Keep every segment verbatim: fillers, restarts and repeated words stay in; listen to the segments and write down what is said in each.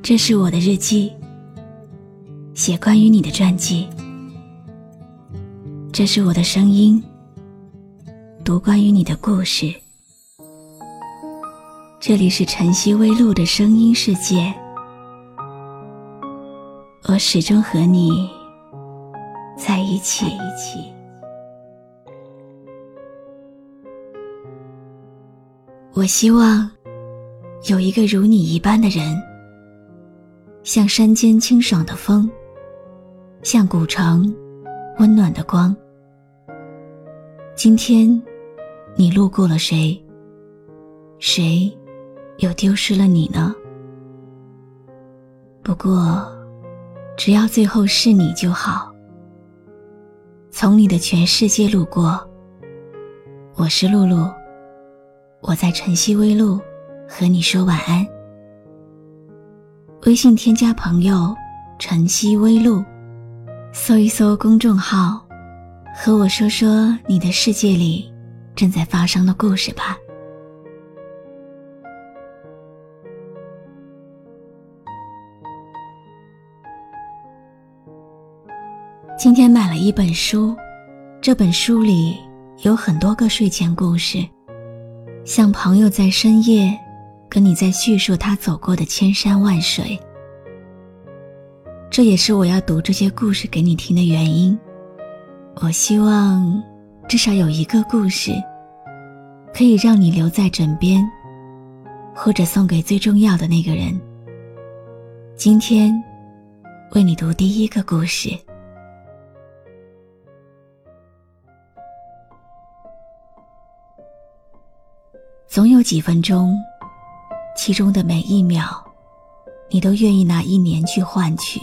这是我的日记，写关于你的传记。这是我的声音，读关于你的故事。这里是晨曦微露的声音世界，我始终和你在一起。我希望有一个如你一般的人，像山间清爽的风，像古城温暖的光。今天你路过了谁？谁又丢失了你呢？不过只要最后是你就好。从你的全世界路过，我是露露，我在晨曦微露和你说晚安。微信添加朋友晨曦微露，搜一搜公众号，和我说说你的世界里正在发生的故事吧。今天买了一本书，这本书里有很多个睡前故事，像朋友在深夜跟你在叙述他走过的千山万水。这也是我要读这些故事给你听的原因。我希望至少有一个故事可以让你留在枕边，或者送给最重要的那个人。今天为你读第一个故事。总有几分钟，其中的每一秒你都愿意拿一年去换取。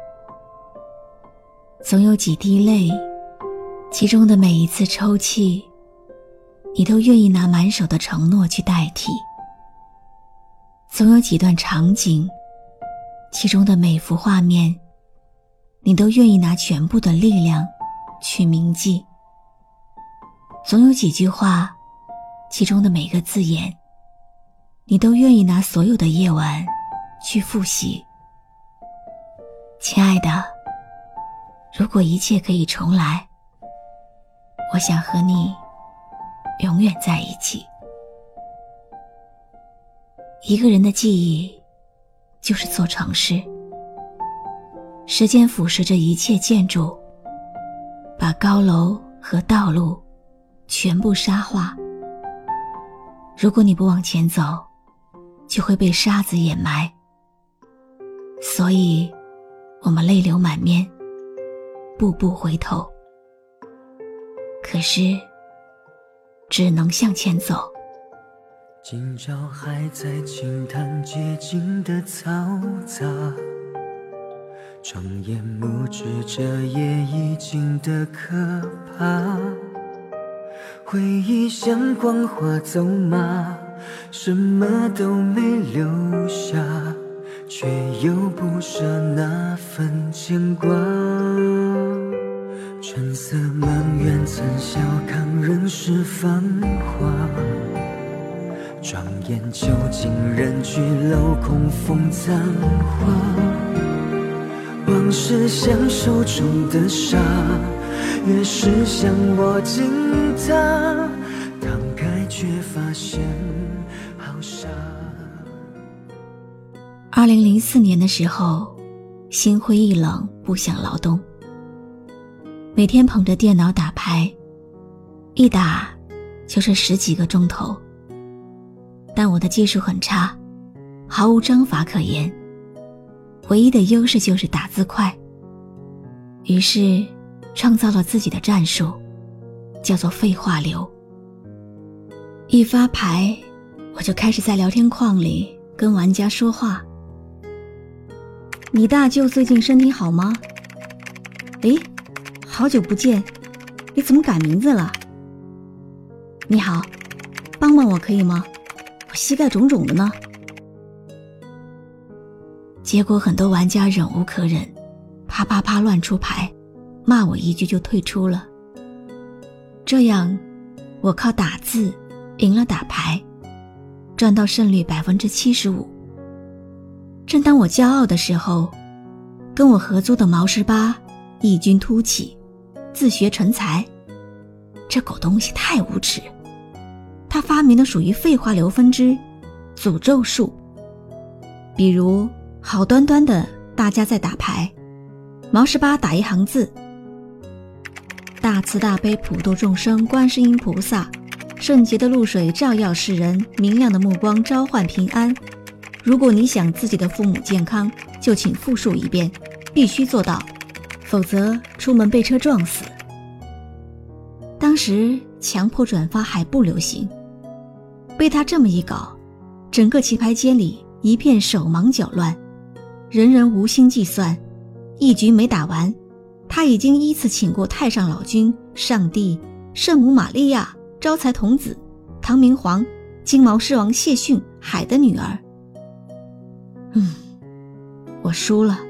总有几滴泪，其中的每一次抽泣你都愿意拿满手的承诺去代替。总有几段场景，其中的每幅画面你都愿意拿全部的力量去铭记。总有几句话，其中的每个字眼你都愿意拿所有的夜晚去复习。亲爱的，如果一切可以重来，我想和你永远在一起。一个人的记忆就是座城市，时间腐蚀着一切建筑，把高楼和道路全部沙化。如果你不往前走，就会被沙子掩埋。所以我们泪流满面，步步回头，可是只能向前走。 今朝还在轻弹洁净的嘈杂，双眼目视着夜已静的可怕，回忆像光华走马，什么都没留下，却又不舍那份牵挂。春色满园曾笑看人世繁华，转眼囚禁人去楼空风残花。往事像手中的沙，越是想握紧它，摊开却发现好傻。 二零零四年的时候，心灰意冷，不想劳动，每天捧着电脑打牌，一打就是十几个钟头。但我的技术很差，毫无章法可言，唯一的优势就是打字快。于是创造了自己的战术，叫做废话流。一发牌，我就开始在聊天框里跟玩家说话。你大舅最近身体好吗？诶，好久不见，你怎么改名字了？你好，帮帮我可以吗？我膝盖肿肿的呢。结果很多玩家忍无可忍，啪啪啪乱出牌，骂我一句就退出了。这样我靠打字赢了打牌，赚到胜率 百分之七十五。 正当我骄傲的时候，跟我合租的毛十八异军突起，自学成才。这狗东西太无耻，他发明了属于废话流分支诅咒术。比如好端端的大家在打牌，毛十八打一行字：大慈大悲普度众生观世音菩萨，圣洁的露水照耀世人，明亮的目光召唤平安。如果你想自己的父母健康，就请复述一遍，必须做到，否则出门被车撞死。当时强迫转发还不流行，被他这么一搞，整个棋牌间里一片手忙脚乱，人人无心计算，一局没打完，他已经依次请过太上老君、上帝、圣母玛利亚、招财童子、唐明皇、金毛狮王谢逊、海的女儿。嗯，我输了。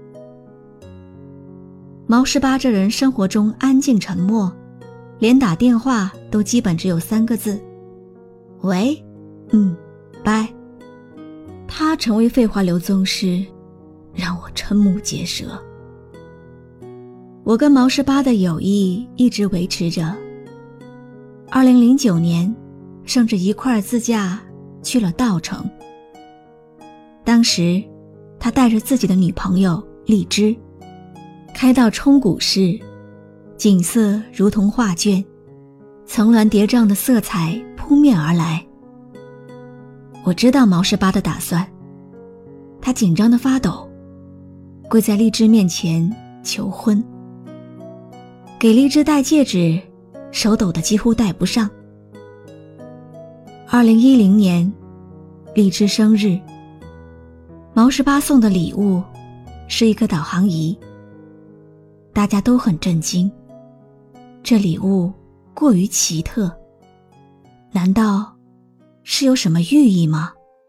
毛十八这人生活中安静沉默，连打电话都基本只有三个字：喂，嗯，拜。他成为废话流宗师，让我瞠目结舌。我跟毛十八的友谊一直维持着。二零零九年，甚至一块自驾去了稻城。当时，他带着自己的女朋友荔枝，开到冲古市，景色如同画卷，层峦叠嶂的色彩扑面而来。我知道毛十八的打算，他紧张地发抖，跪在荔枝面前求婚。给荔枝戴戒指，手抖得几乎戴不上。二零一零年，荔枝生日，毛十八送的礼物是一个导航仪。大家都很震惊，这礼物过于奇特，难道是有什么寓意吗？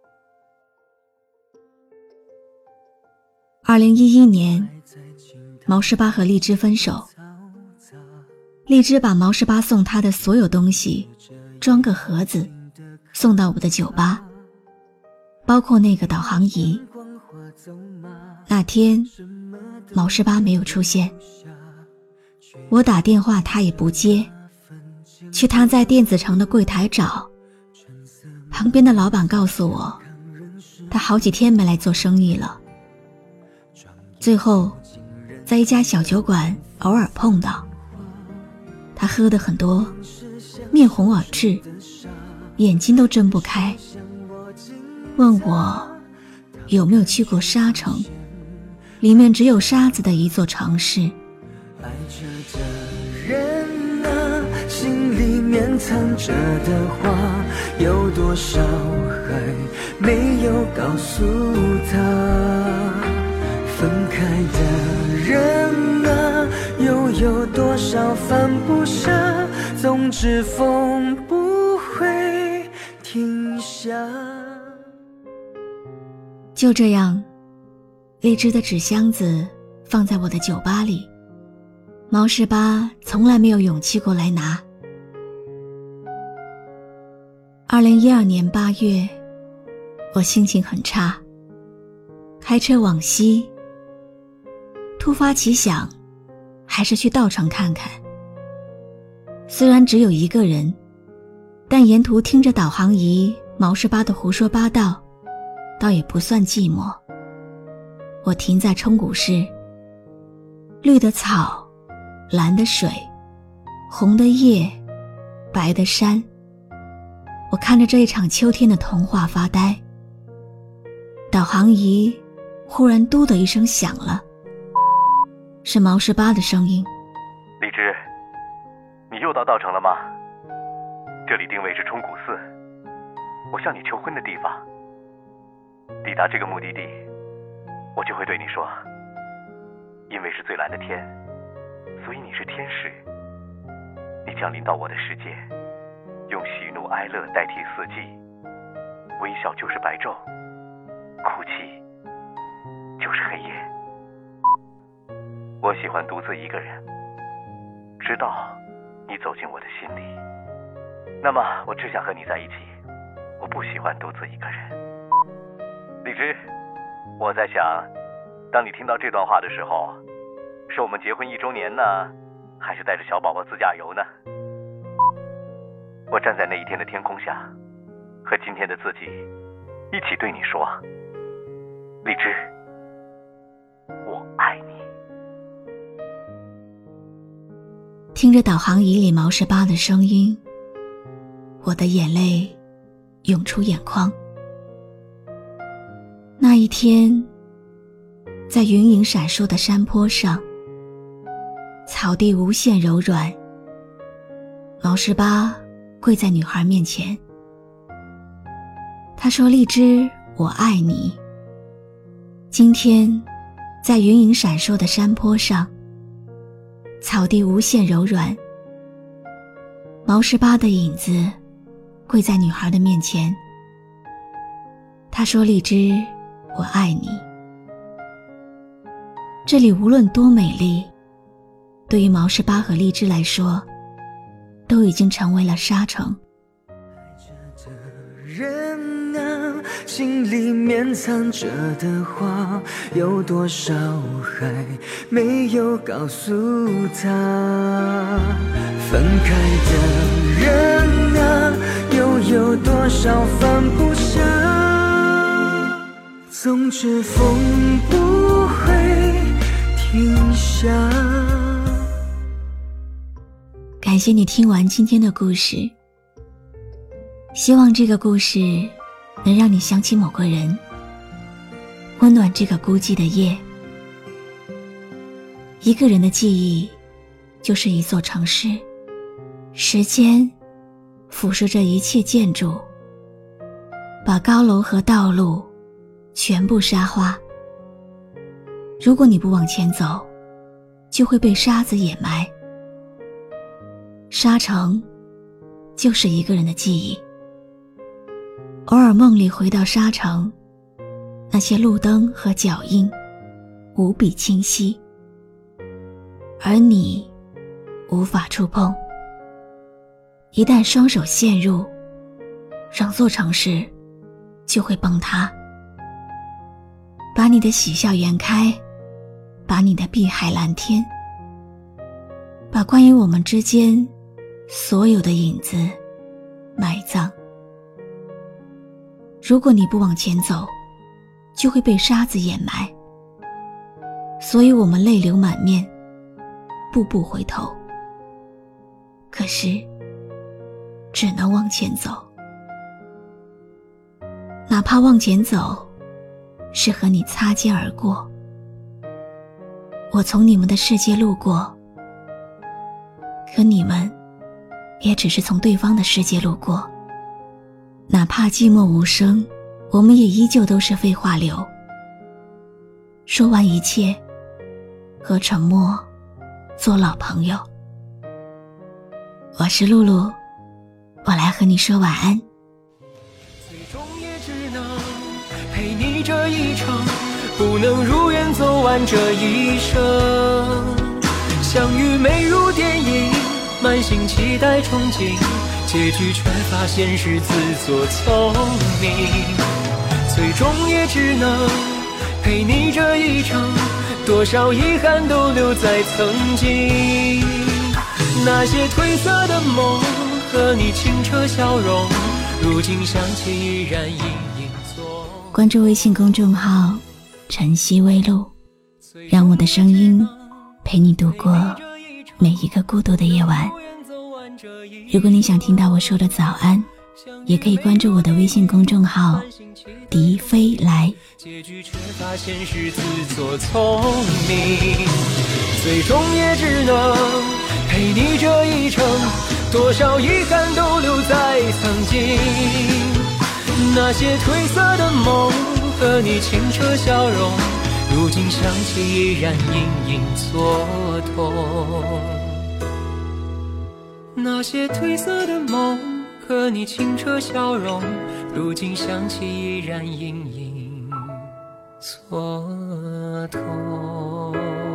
二零一一年，毛十八和荔枝分手。荔枝把毛十八送她的所有东西装个盒子送到我的酒吧，包括那个导航仪。那天毛十八没有出现，我打电话他也不接，去他在电子城的柜台找，旁边的老板告诉我，他好几天没来做生意了。最后在一家小酒馆偶尔碰到他，喝得很多，面红耳赤，眼睛都睁不开，问我有没有去过沙城，里面只有沙子的一座城市。 爱着的人啊，心里面藏着的话，有多少还没有告诉他。分开的人啊，又有多少放不下，总之风不会停下。 就这样，荔枝的纸箱子放在我的酒吧里，毛十八从来没有勇气过来拿。二零一二年八月，我心情很差，开车往西，突发奇想，还是去稻城看看。虽然只有一个人，但沿途听着导航仪毛十八的胡说八道，倒也不算寂寞。我停在冲古市，绿的草，蓝的水，红的叶，白的山，我看着这一场秋天的童话发呆。导航仪忽然嘟的一声响了，是毛十八的声音。 荔枝，你又到稻城了吗？这里定位是冲古寺，我向你求婚的地方。抵达这个目的地，我就会对你说，因为是最蓝的天，所以你是天使。你降临到我的世界，用喜怒哀乐代替四季，微笑就是白昼，哭泣就是黑夜。我喜欢独自一个人，直到你走进我的心里。那么我只想和你在一起，我不喜欢独自一个人。荔枝， 我在想，当你听到这段话的时候，是我们结婚一周年呢，还是带着小宝宝自驾游呢？我站在那一天的天空下，和今天的自己一起对你说，荔枝，我爱你。 听着导航仪里毛十八的声音，我的眼泪涌出眼眶。那一天，在云影闪烁的山坡上，草地无限柔软，毛十八跪在女孩面前，他说：荔枝，我爱你。今天在云影闪烁的山坡上，草地无限柔软，毛十八的影子跪在女孩的面前，他说：荔枝，我爱你。这里无论多美丽，对于毛十八和荔枝来说，都已经成为了沙城。 人啊，心里面藏着的话，有多少还没有告诉他？分开的人啊，又有多少放不下？总之风不会停下。 感谢你听完今天的故事，希望这个故事能让你想起某个人，温暖这个孤寂的夜。一个人的记忆就是一座城市，时间俯视着一切建筑，把高楼和道路全部沙化。如果你不往前走，就会被沙子掩埋。沙城就是一个人的记忆。偶尔梦里回到沙城，那些路灯和脚印无比清晰，而你无法触碰。一旦双手陷入，整座城市就会崩塌。把你的喜笑颜开，把你的碧海蓝天，把关于我们之间所有的影子埋葬。如果你不往前走，就会被沙子掩埋。所以我们泪流满面，步步回头。可是只能往前走，哪怕往前走是和你擦肩而过。我从你们的世界路过，可你们也只是从对方的世界路过。哪怕寂寞无声，我们也依旧都是废话流。说完一切，和沉默做老朋友。我是露露，我来和你说晚安。 最终也只能陪你这一程，不能如愿走完这一生。相遇美如电影，满心期待憧憬，结局却发现是自作聪明。最终也只能陪你这一程，多少遗憾都留在曾经。那些褪色的梦和你清澈笑容，如今想起依然隐隐作。 关注微信公众号晨曦微露，让我的声音陪你度过每一个孤独的夜晚。如果你想听到我说的早安，也可以关注我的微信公众号迪飞来。 结局却发现是自作聪明，最终也只能陪你这一程，多少遗憾都留在曾经。那些褪色的梦和你清澈笑容，如今想起依然隐隐作痛。那些褪色的梦和你清澈笑容，如今想起依然隐隐作痛。